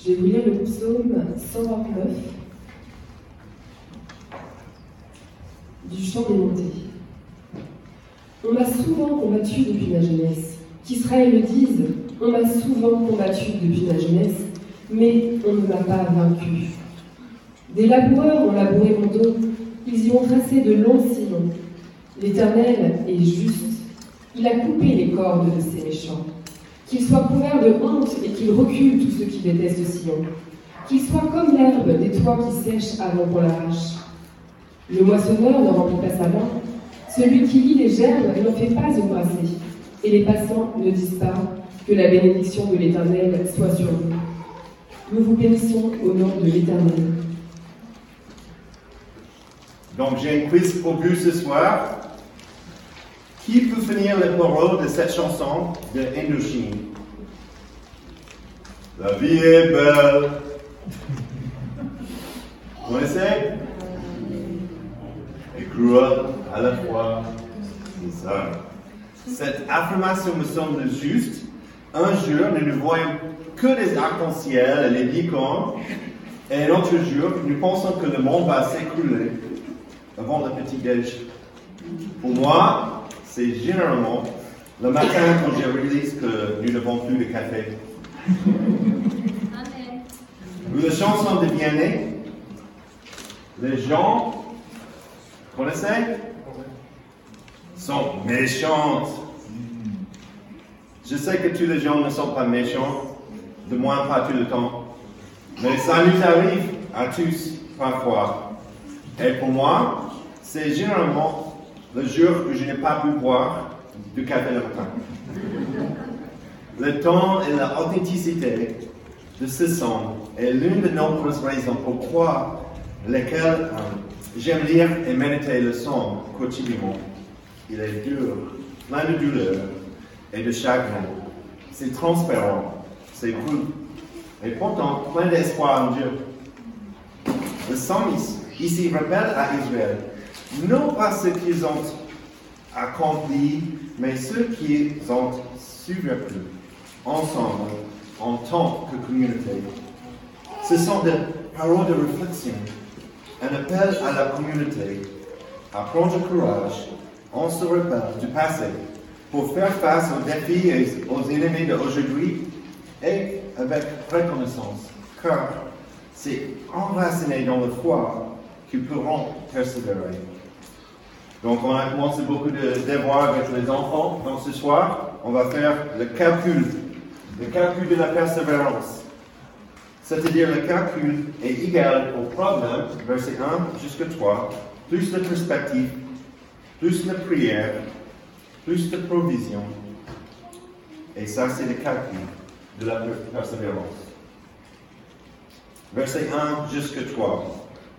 Je vais vous lire le psaume 129 du chant des montées. On m'a souvent combattu depuis ma jeunesse. Qu'Israël le dise, on m'a souvent combattu depuis ma jeunesse, mais on ne m'a pas vaincu. Des laboureurs ont labouré mon dos, ils y ont tracé de longs sillons. L'Éternel est juste, il a coupé les cordes de ses méchants. Qu'ils soient couverts de honte et qu'ils reculent tous ceux qui détestent Sion. Qu'ils soient comme l'herbe des toits qui sèchent avant qu'on l'arrache. Le moissonneur ne remplit pas sa main, celui qui lit les gerbes n'en fait pas embrasser, et les passants ne disent pas que la bénédiction de l'Éternel soit sur vous. Nous vous bénissons au nom de l'Éternel. Donc j'ai un quiz pour vous ce soir. Qui peut finir les paroles de cette chanson de Indochine? La vie est belle. Vous connaissez? Et cruelle à la fois. C'est ça. Cette affirmation me semble juste. Un jour, nous ne voyons que des arcs-en-ciel et les licornes. Et un autre jour, nous pensons que le monde va s'écrouler avant le petit-déj. Pour moi, c'est généralement le matin quand je réalise que nous n'avons plus de café. Amen. Ou la chanson de Vianney. Les gens, connaissez? Sont méchantes. Je sais que tous les gens ne sont pas méchants, de moins pas tout le temps. Mais ça nous arrive à tous parfois. Et pour moi, c'est généralement le jour où je n'ai pas pu boire du café le matin. Le temps et l'authenticité de ce son est l'une de nombreuses raisons pourquoi lesquelles j'aime lire et méditer le son quotidiennement. Il est dur, plein de douleur et de chagrin. C'est transparent, c'est cool, et pourtant plein d'espoir en Dieu. Le psalmiste ici rappelle à Israël non pas ce qu'ils ont accompli, mais ce qu'ils ont survécu ensemble en tant que communauté. Ce sont des paroles de réflexion, un appel à la communauté à prendre courage en se rappelle du passé pour faire face aux défis et aux ennemis d'aujourd'hui et avec reconnaissance, car c'est enraciné dans la foi qu'ils pourront persévérer. Donc on a commencé beaucoup de devoirs avec les enfants. Donc ce soir, on va faire le calcul de la persévérance. C'est-à-dire le calcul est égal au problème, verset 1 jusqu'à 3, plus la perspective, plus la prière, plus la provision. Et ça, c'est le calcul de la persévérance. Verset 1 jusqu'à 3.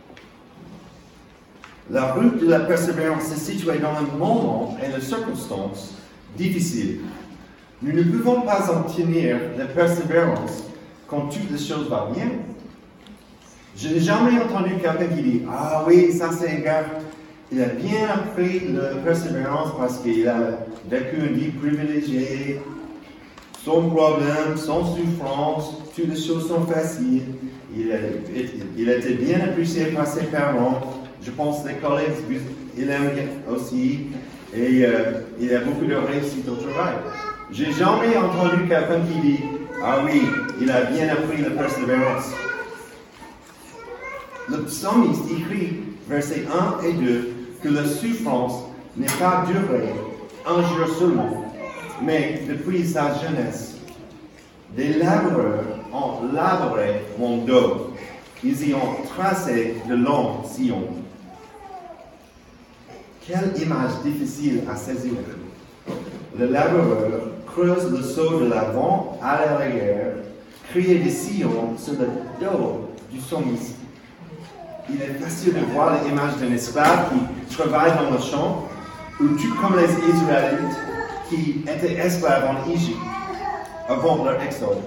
La route de la persévérance est située dans un moment et les circonstances difficiles. Nous ne pouvons pas obtenir la persévérance quand toutes les choses vont bien. Je n'ai jamais entendu quelqu'un qui dit « Ah oui, ça c'est un gars, il a bien appris la persévérance parce qu'il a vécu une vie privilégiée, sans problème, sans souffrance, toutes les choses sont faciles, il était bien apprécié par ses parents. Je pense que les collègues, il aime aussi, et il a beaucoup de réussite au travail. J'ai jamais entendu quelqu'un qui dit « Ah oui, il a bien appris la persévérance ». Le psalmiste écrit, versets 1 et 2, que la souffrance n'est pas durée un jour seulement, mais depuis sa jeunesse. Des laboureurs ont labouré mon dos, ils y ont tracé de longs sillons. Quelle image difficile à saisir. Le laboureur creuse le sol de l'avant à l'arrière, crée des sillons sur le dos du psalmiste. Il est facile de voir l'image d'un esclave qui travaille dans le champ, ou tout comme les Israélites qui étaient esclaves en Égypte avant leur exode.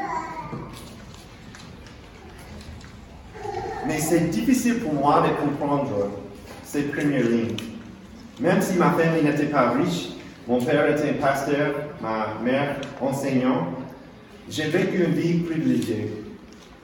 Mais c'est difficile pour moi de comprendre ces premières lignes. Même si ma famille n'était pas riche, mon père était un pasteur, ma mère enseignante, j'ai vécu une vie privilégiée.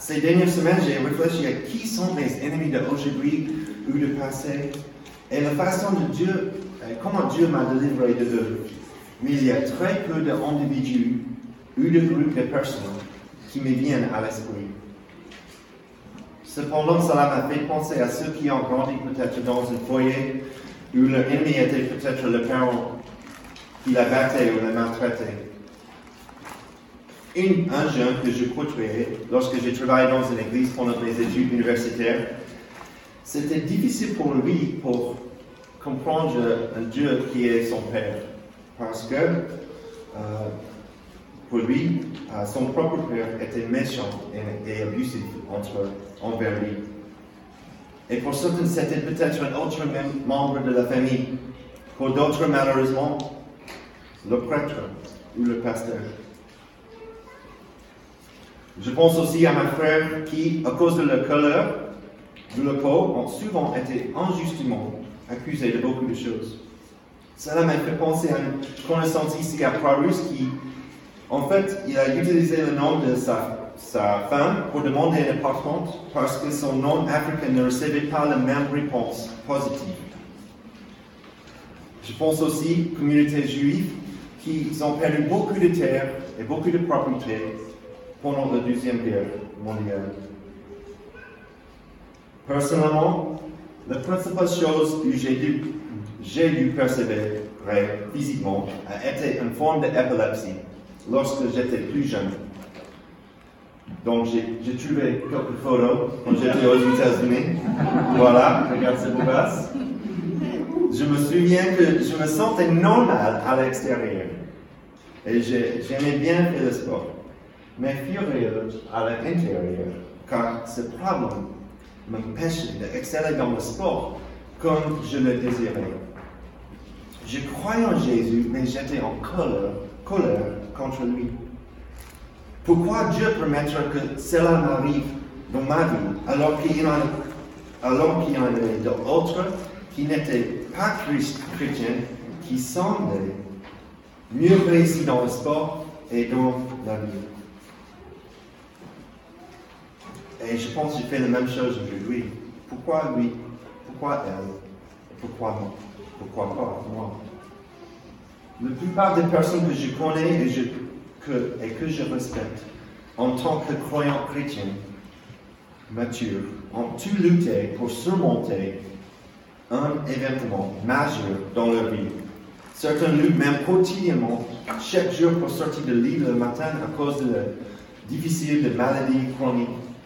Ces dernières semaines, j'ai réfléchi à qui sont les ennemis d'aujourd'hui ou du passé et la façon de Dieu, comment Dieu m'a délivré de eux. Mais il y a très peu d'individus ou de groupes de personnes qui me viennent à l'esprit. Cependant, cela m'a fait penser à ceux qui ont grandi peut-être dans un foyer où leur ennemi était peut-être le parent qui la battait ou la maltraitait. Un jeune que je côtoyais lorsque j'ai travaillé dans une église pendant mes études universitaires, c'était difficile pour lui pour comprendre un Dieu qui est son Père. Parce que pour lui, son propre père était méchant et abusif envers lui. Et pour certains, c'était peut-être un autre membre de la famille. Pour d'autres, malheureusement, le prêtre ou le pasteur. Je pense aussi à mes frères qui, à cause de leur couleur de la peau, ont souvent été injustement accusés de beaucoup de choses. Cela m'a fait penser à une connaissance ici à Croix-Rousse qui, en fait, il a utilisé le nom de sa femme pour demander un appartement parce que son nom africain ne recevait pas la même réponse positive. Je pense aussi aux communautés juives qui ont perdu beaucoup de terres et beaucoup de propriétés pendant la Deuxième Guerre mondiale. Personnellement, la principale chose que j'ai dû persévérer physiquement a été une forme d'épilepsie lorsque j'étais plus jeune. Donc j'ai trouvé quelques photos quand j'étais aux États-Unis. Voilà, regarde cette basse. Je me souviens que je me sentais normal à l'extérieur. Et j'aimais bien faire le sport. Mais furieux à l'intérieur, car ce problème m'empêchait d'exceller dans le sport comme je le désirais. Je croyais en Jésus, mais j'étais en colère contre lui. Pourquoi Dieu permettra que cela m'arrive dans ma vie, alors qu'il y en avait d'autres qui n'étaient pas chrétiens, qui semblaient mieux réussis dans le sport et dans la vie? Et je pense que j'ai fait la même chose aujourd'hui. Pourquoi lui? Pourquoi elle? Pourquoi moi? Pourquoi pas moi? La plupart des personnes que je connais et que je respecte en tant que croyants chrétiens matures ont tout lutté pour surmonter un événement majeur dans leur vie. Certains luttent même quotidiennement, chaque jour pour sortir de lit le matin à cause de la difficile de maladies chroniques.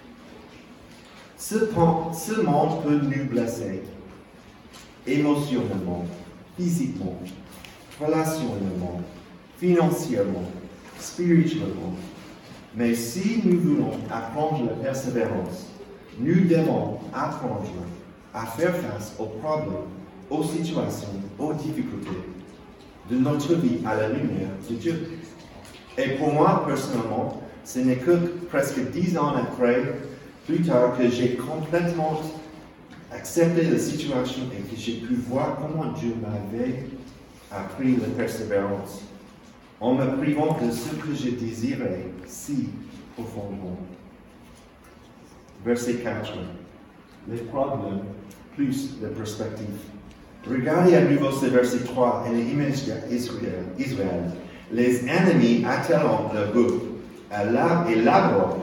Ce monde peut nous blesser émotionnellement, physiquement, relationnellement, financièrement, spirituellement. Mais si nous voulons apprendre la persévérance, nous devons apprendre à faire face aux problèmes, aux situations, aux difficultés de notre vie à la lumière de Dieu. Et pour moi, personnellement, ce n'est que presque 10 ans après, plus tard, que j'ai complètement accepté la situation et que j'ai pu voir comment Dieu m'avait appris la persévérance, en me privant de ce que je désirais si profondément. Verset 4. Les problèmes plus la perspective. Regardez à nouveau ce verset 3 et l'image d'Israël. Les ennemis atteignent leur but et laborent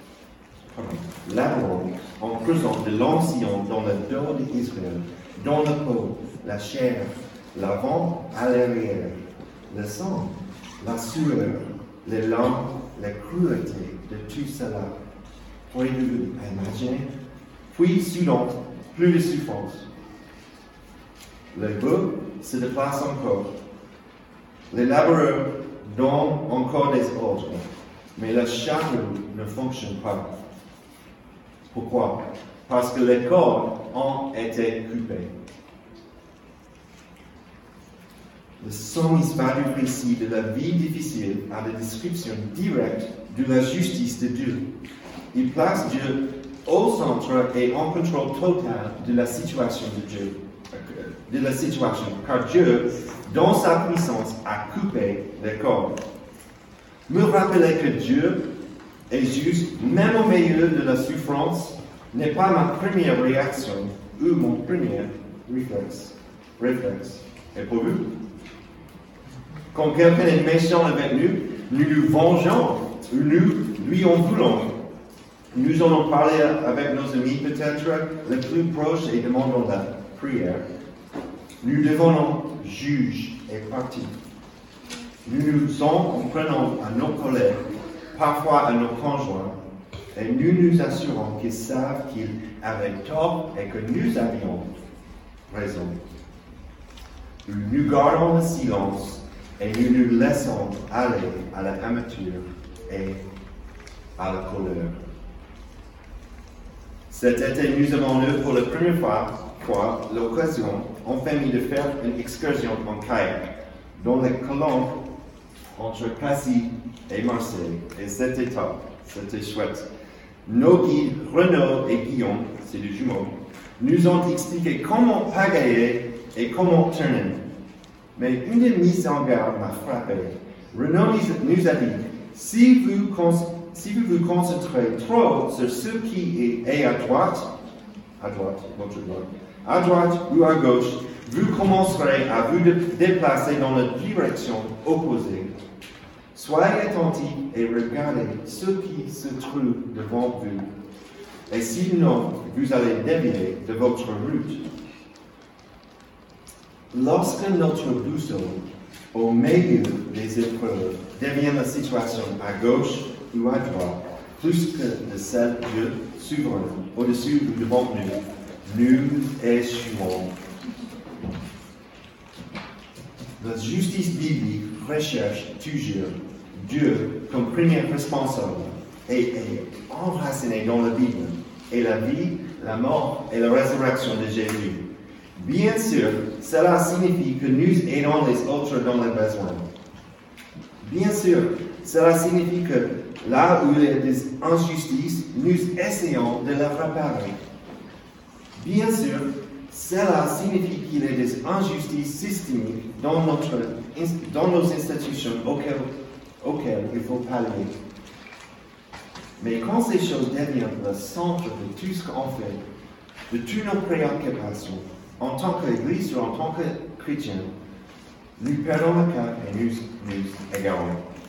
en creusant de l'ancien dans le dos d'Israël, dans le peau, la chair, l'avant à l'arrière, le sang, la sueur, les larmes, la cruauté de tout cela. Pourriez-vous imaginer? Puis, soudain, plus de souffrance. Le bœuf se déplace encore. Les laboureurs donnent encore des ordres, mais le chariot ne fonctionne pas. Pourquoi? Parce que les cordes ont été coupées. Le semi-spadu récit de la vie difficile a la description directe de la justice de Dieu. Il place Dieu au centre et en contrôle total de la situation de Dieu. Car Dieu, dans sa puissance, a coupé les cordes. Me rappeler que Dieu et juste, même au milieu de la souffrance, n'est pas ma première réaction ou mon premier réflexe. Et pour vous? Quand quelqu'un est méchant avec nous, nous nous vengeons ou nous lui en voulons. Nous allons parler avec nos amis peut-être les plus proches et demandons la prière. Nous devenons juges et partis. Nous nous en prenons à nos collègues, parfois à nos conjoints, et nous nous assurons qu'ils savent qu'ils avaient tort et que nous avions raison. Nous gardons le silence et nous nous laissons aller à la amertume et à la colère. Cet été, nous avons eu pour la première fois l'occasion en famille de faire une excursion en kayak dans les colombes entre Passy et Marseille. Et c'était top, c'était chouette. Nos guides, Renaud et Guillaume, c'est des jumeaux, nous ont expliqué comment pagayer et comment tourner. Mais une des mises en garde m'a frappé. Renaud nous a dit, si vous vous concentrez trop sur ce qui est à droite, votre droite, à droite ou à gauche, vous commencerez à vous déplacer dans la direction opposée. Soyez attentifs et regardez ce qui se trouve devant vous. Et sinon, vous allez dévier de votre route. Lorsque notre boussole, au milieu des épreuves, devient la situation à gauche ou à droite, plus que de celle de Dieu souverain, au-dessus ou devant nous échouons. La justice biblique recherche toujours Dieu comme premier responsable et est enraciné dans la Bible et la vie, la mort et la résurrection de Jésus. Bien sûr, cela signifie que nous aidons les autres dans les besoins. Bien sûr, cela signifie que là où il y a des injustices, nous essayons de les réparer. Bien sûr, cela signifie qu'il y a des injustices systémiques dans nos institutions auxquelles il faut pallier. Mais quand ces choses deviennent le centre de tout ce qu'on fait, de toutes nos préoccupations, en tant qu'Église ou en tant que chrétiens, nous perdons le cap et nous égarons.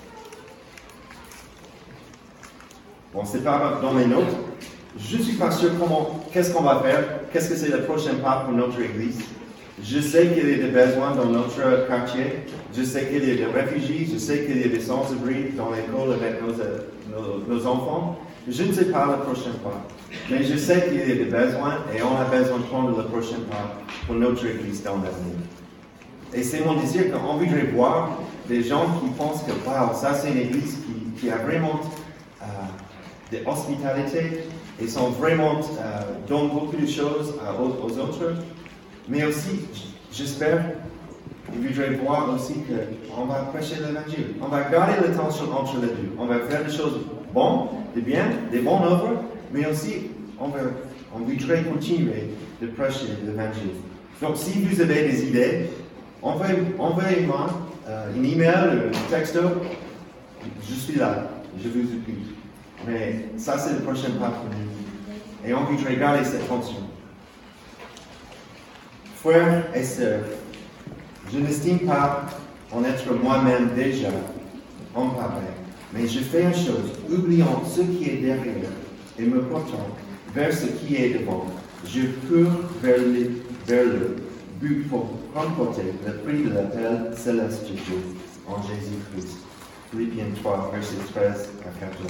Bon, c'est pas dans mes notes. Je ne suis pas sûr qu'est-ce qu'on va faire, qu'est-ce que c'est le prochain pas pour notre Église. Je sais qu'il y a des besoins dans notre quartier, je sais qu'il y a des réfugiés, je sais qu'il y a des sans-abri dans l'école avec nos enfants. Je ne sais pas le prochain pas, mais je sais qu'il y a des besoins et on a besoin de prendre le prochain pas pour notre Église dans l'avenir. Et c'est mon désir qu'on voudrait voir des gens qui pensent que wow, ça c'est une Église qui a vraiment de hospitalité et sont vraiment donnent beaucoup de choses aux autres. Mais aussi, j'espère, ils voudraient voir aussi qu'on va prêcher l'Évangile. On va garder la tension entre les deux. On va faire des choses bonnes, des biens, des bonnes œuvres, mais aussi on voudrait continuer de prêcher l'Évangile. Donc, si vous avez des idées, envoyez-moi un email, un texto. Je suis là, je vous écoute. Mais ça, c'est le prochain pas pour nous. Et on voudrait garder cette tension. Frères et sœurs, je n'estime pas en être moi-même déjà en pareil, mais je fais une chose, oubliant ce qui est derrière et me portant vers ce qui est devant. Je cours vers le but pour remporter le prix de l'appel céleste de Dieu en Jésus-Christ. Philippiens 3, versets 13 à 14.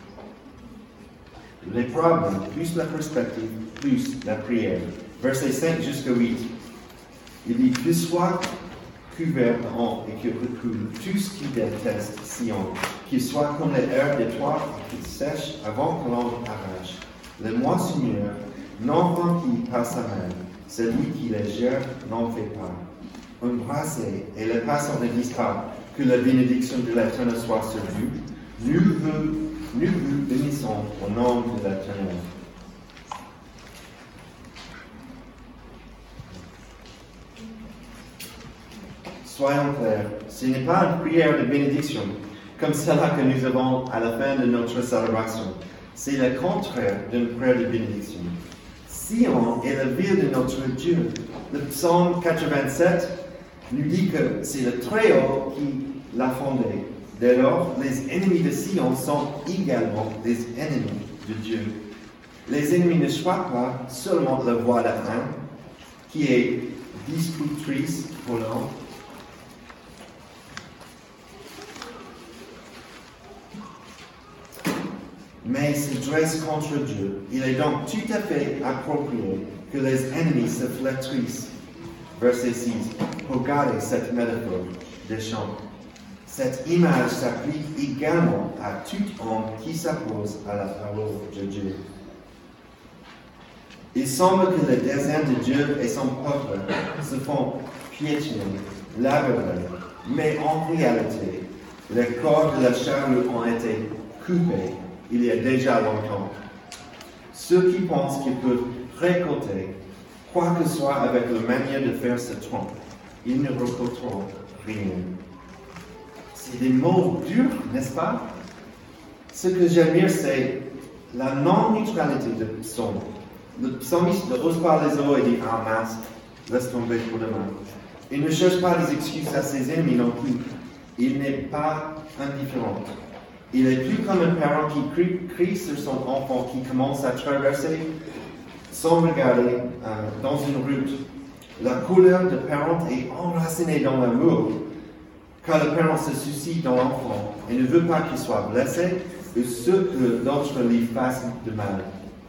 Les problèmes, plus la perspective, plus la prière. Versets 5 jusqu'à 8. Il dit, qu'il soit couvert en et qu'il recoule tout ce qui déteste Sion, qu'il soit comme les herbes des toits qui sèchent avant que l'on arrache. Le moissonneur n'en prend qui par sa main, celui qui les gère n'en fait pas. Embrassez et les passants ne disent pas que la bénédiction de l'Éternel soit sur vous. Nous vous bénissons au nom de l'Éternel. Soyons clairs, ce n'est pas une prière de bénédiction comme cela que nous avons à la fin de notre célébration. C'est le contraire d'une prière de bénédiction. Sion est la ville de notre Dieu. Le psaume 87 nous dit que c'est le Très-Haut qui l'a fondé. Dès lors, les ennemis de Sion sont également des ennemis de Dieu. Les ennemis ne choisissent pas seulement la voie de haine, qui est disputrice pour l'homme, mais se dresse contre Dieu. Il est donc tout à fait approprié que les ennemis se flétrissent. Verset 6. Pour garder cette métaphore des champs. Cette image s'applique également à tout homme qui s'oppose à la parole de Dieu. Il semble que les désirs de Dieu et son peuple se font piétiner, laborer, mais en réalité, les corps de la charrue ont été coupés il y a déjà longtemps. Ceux qui pensent qu'ils peuvent récolter quoi que ce soit avec la manière de faire se trompent. Ils ne récolteront rien. C'est des mots durs, n'est-ce pas? Ce que j'admire, c'est la non-neutralité de psaume. Le psalmiste ne hausse pas les os et dit « Ah mince, laisse tomber pour demain ». Il ne cherche pas des excuses à ses ennemis non plus. Il n'est pas indifférent. Il est plus comme un parent qui crie sur son enfant qui commence à traverser sans regarder dans une route. La couleur de parent est enracinée dans l'amour, car le parent se soucie de l'enfant et ne veut pas qu'il soit blessé ou que l'autre lui fasse de mal.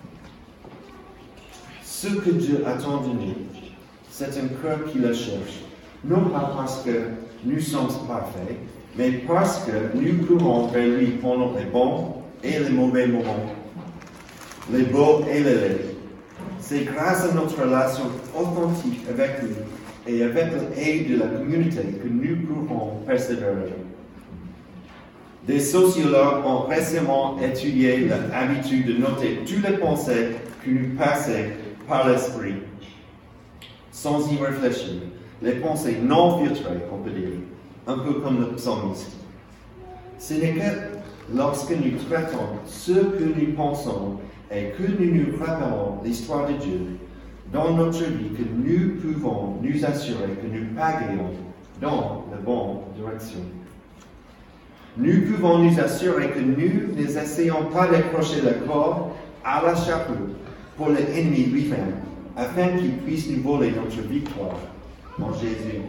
Ce que Dieu attend de nous, c'est un cœur qui le cherche, non pas parce que nous sommes parfaits, mais parce que nous courons vers lui pendant les bons et les mauvais moments, les beaux et les laids. C'est grâce à notre relation authentique avec lui et avec l'aide de la communauté que nous pouvons persévérer. Des sociologues ont récemment étudié l'habitude de noter toutes les pensées que nous passons par l'esprit, sans y réfléchir. Les pensées non filtrées, on peut dire, un peu comme le psalmiste. Ce n'est que lorsque nous traitons ce que nous pensons et que nous nous rappelons l'histoire de Dieu dans notre vie que nous pouvons nous assurer que nous pagayons dans la bonne direction. Nous pouvons nous assurer que nous n'essayons pas d'accrocher le corps à la charrue pour l'ennemi lui-même, afin qu'il puisse nous voler notre victoire en Jésus.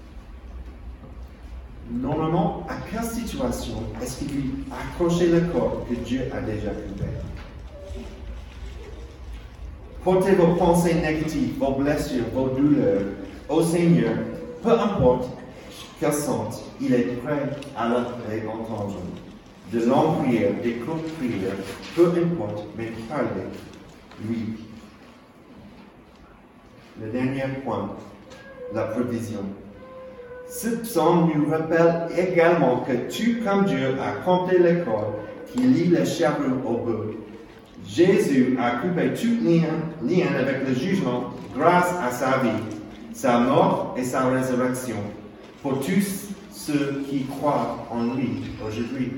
Normalement, à quelle situation est-ce qu'il lui accrocher le corps que Dieu a déjà coupé? Portez vos pensées négatives, vos blessures, vos douleurs au Seigneur, peu importe qu'elles sont, il est prêt à les entendre. De longues prières, des courtes prières, peu importe, mais parlez, lui. Le dernier point, la provision. Ce psaume nous rappelle également que tout comme Dieu a compté les cordes qui lient les charrues au bout, Jésus a coupé tout lien avec le jugement grâce à sa vie, sa mort et sa résurrection pour tous ceux qui croient en lui aujourd'hui.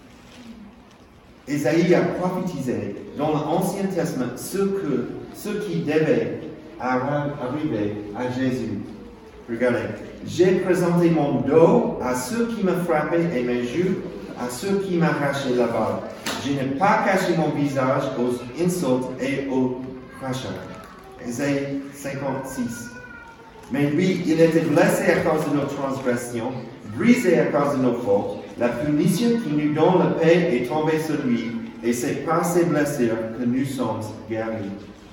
Ésaïe a prophétisé dans l'Ancien Testament ce qui devait arriver à Jésus. Regardez, j'ai présenté mon dos à ceux qui me frappaient et mes joues à ceux qui m'arrachaient la barbe. Je n'ai pas caché mon visage aux insultes et aux crachats. Ésaïe 56. Mais lui, il était blessé à cause de nos transgressions, brisé à cause de nos fautes. La punition qui nous donne la paix est tombée sur lui, et c'est par ses blessures que nous sommes guéris.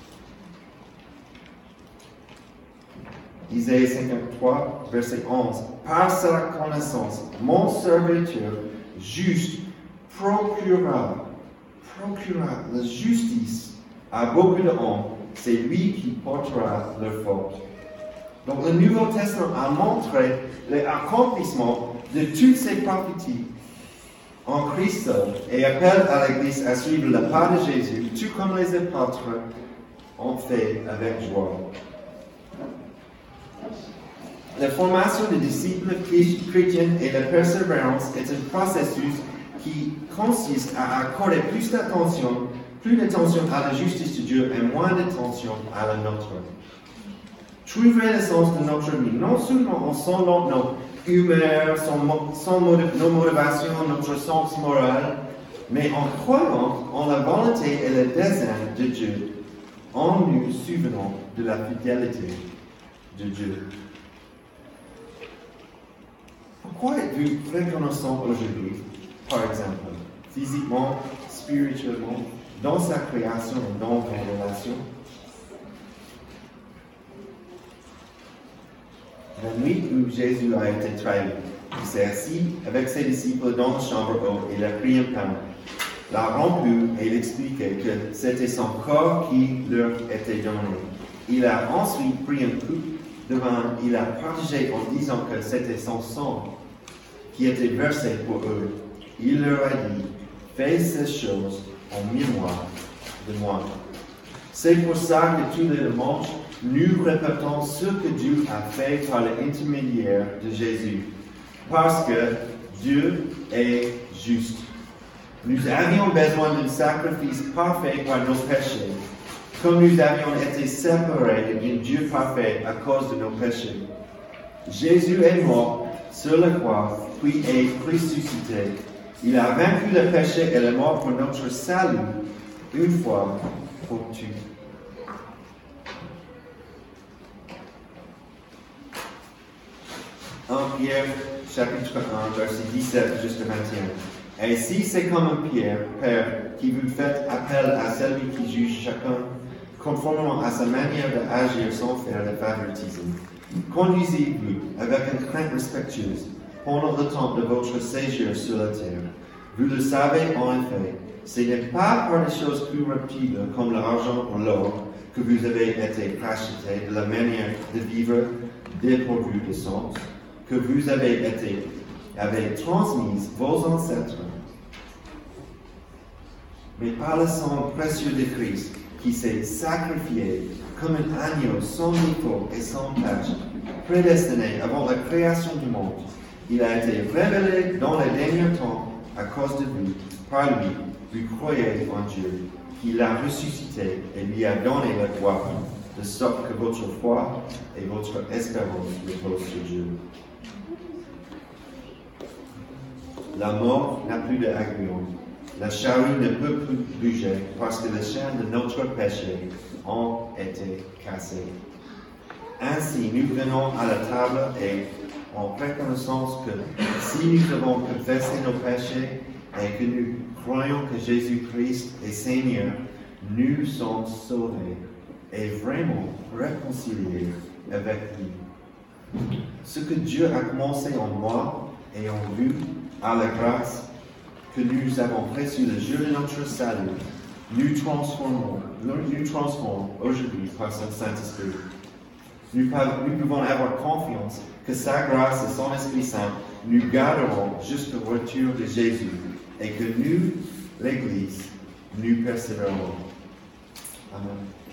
Isaïe 53, verset 11. Par sa connaissance, mon serviteur juste procurera la justice à beaucoup d'hommes. C'est lui qui portera leur faute. Donc le Nouveau Testament a montré l'accomplissement de toutes ces prophéties en Christ et appelle à l'Église à suivre le pas de Jésus, tout comme les apôtres ont fait avec joie. La formation des disciples chrétiens et la persévérance est un processus qui consiste à accorder plus d'attention à la justice de Dieu et moins d'attention à la nôtre. Trouver le sens de notre vie, non seulement en sondant nos humeurs, nos motivations, notre sens moral, mais en croyant en la volonté et le dessein de Dieu, en nous souvenant de la fidélité de Dieu. Pourquoi êtes-vous reconnaissant aujourd'hui, par exemple, physiquement, spirituellement, dans sa création et dans vos relations? La nuit où Jésus a été trahi, il s'est assis avec ses disciples dans la chambre haute et il a pris un pain, l'a rompu et il expliquait que c'était son corps qui leur était donné. Il a ensuite pris un coupe de vin, il a partagé en disant que c'était son sang qui était versé pour eux. Il leur a dit, faites ces choses en mémoire de moi. C'est pour ça que tous les dimanches, nous répétons ce que Dieu a fait par l'intermédiaire de Jésus. Parce que Dieu est juste. Nous avions besoin d'un sacrifice parfait par nos péchés, comme nous avions été séparés d'un Dieu parfait à cause de nos péchés. Jésus est mort sur la croix, puis est ressuscité. Il a vaincu le péché et la mort pour notre salut, une fois pour toutes. En Pierre, chapitre 1, verset 17 jusqu'à 21. Et si c'est comme un Pierre, Père, qui vous fait appel à celui qui juge chacun, conformément à sa manière d'agir sans faire de favoritisme, conduisez-vous avec une crainte respectueuse pendant le temps de votre séjour sur la terre. Vous le savez en effet, ce n'est pas par des choses corruptibles comme l'argent ou l'or que vous avez été rachetés de la manière de vivre dépourvue de sens, que vous avez transmise vos ancêtres, mais par le sang précieux de Christ, qui s'est sacrifié comme un agneau sans défaut et sans tache, prédestiné avant la création du monde. Il a été révélé dans les derniers temps à cause de vous. Par lui, vous croyez en Dieu, qui l'a ressuscité et lui a donné la gloire, de sorte que votre foi et votre espérance reposent sur Dieu. La mort n'a plus d'aiguillon. La charrue ne peut plus bouger parce que les chaînes de notre péché ont été cassées. Ainsi, nous venons à la table et en reconnaissance que si nous avons confessé nos péchés et que nous croyons que Jésus-Christ est Seigneur, nous sommes sauvés et vraiment réconciliés avec lui. Ce que Dieu a commencé en moi et en vous, à la grâce que nous avons reçue le jour de notre salut, nous transformons aujourd'hui par son Saint-Esprit. Nous pouvons avoir confiance que sa grâce et son Esprit Saint nous garderont jusqu'au retour de Jésus et que nous, l'Église, nous persévérerons. Amen.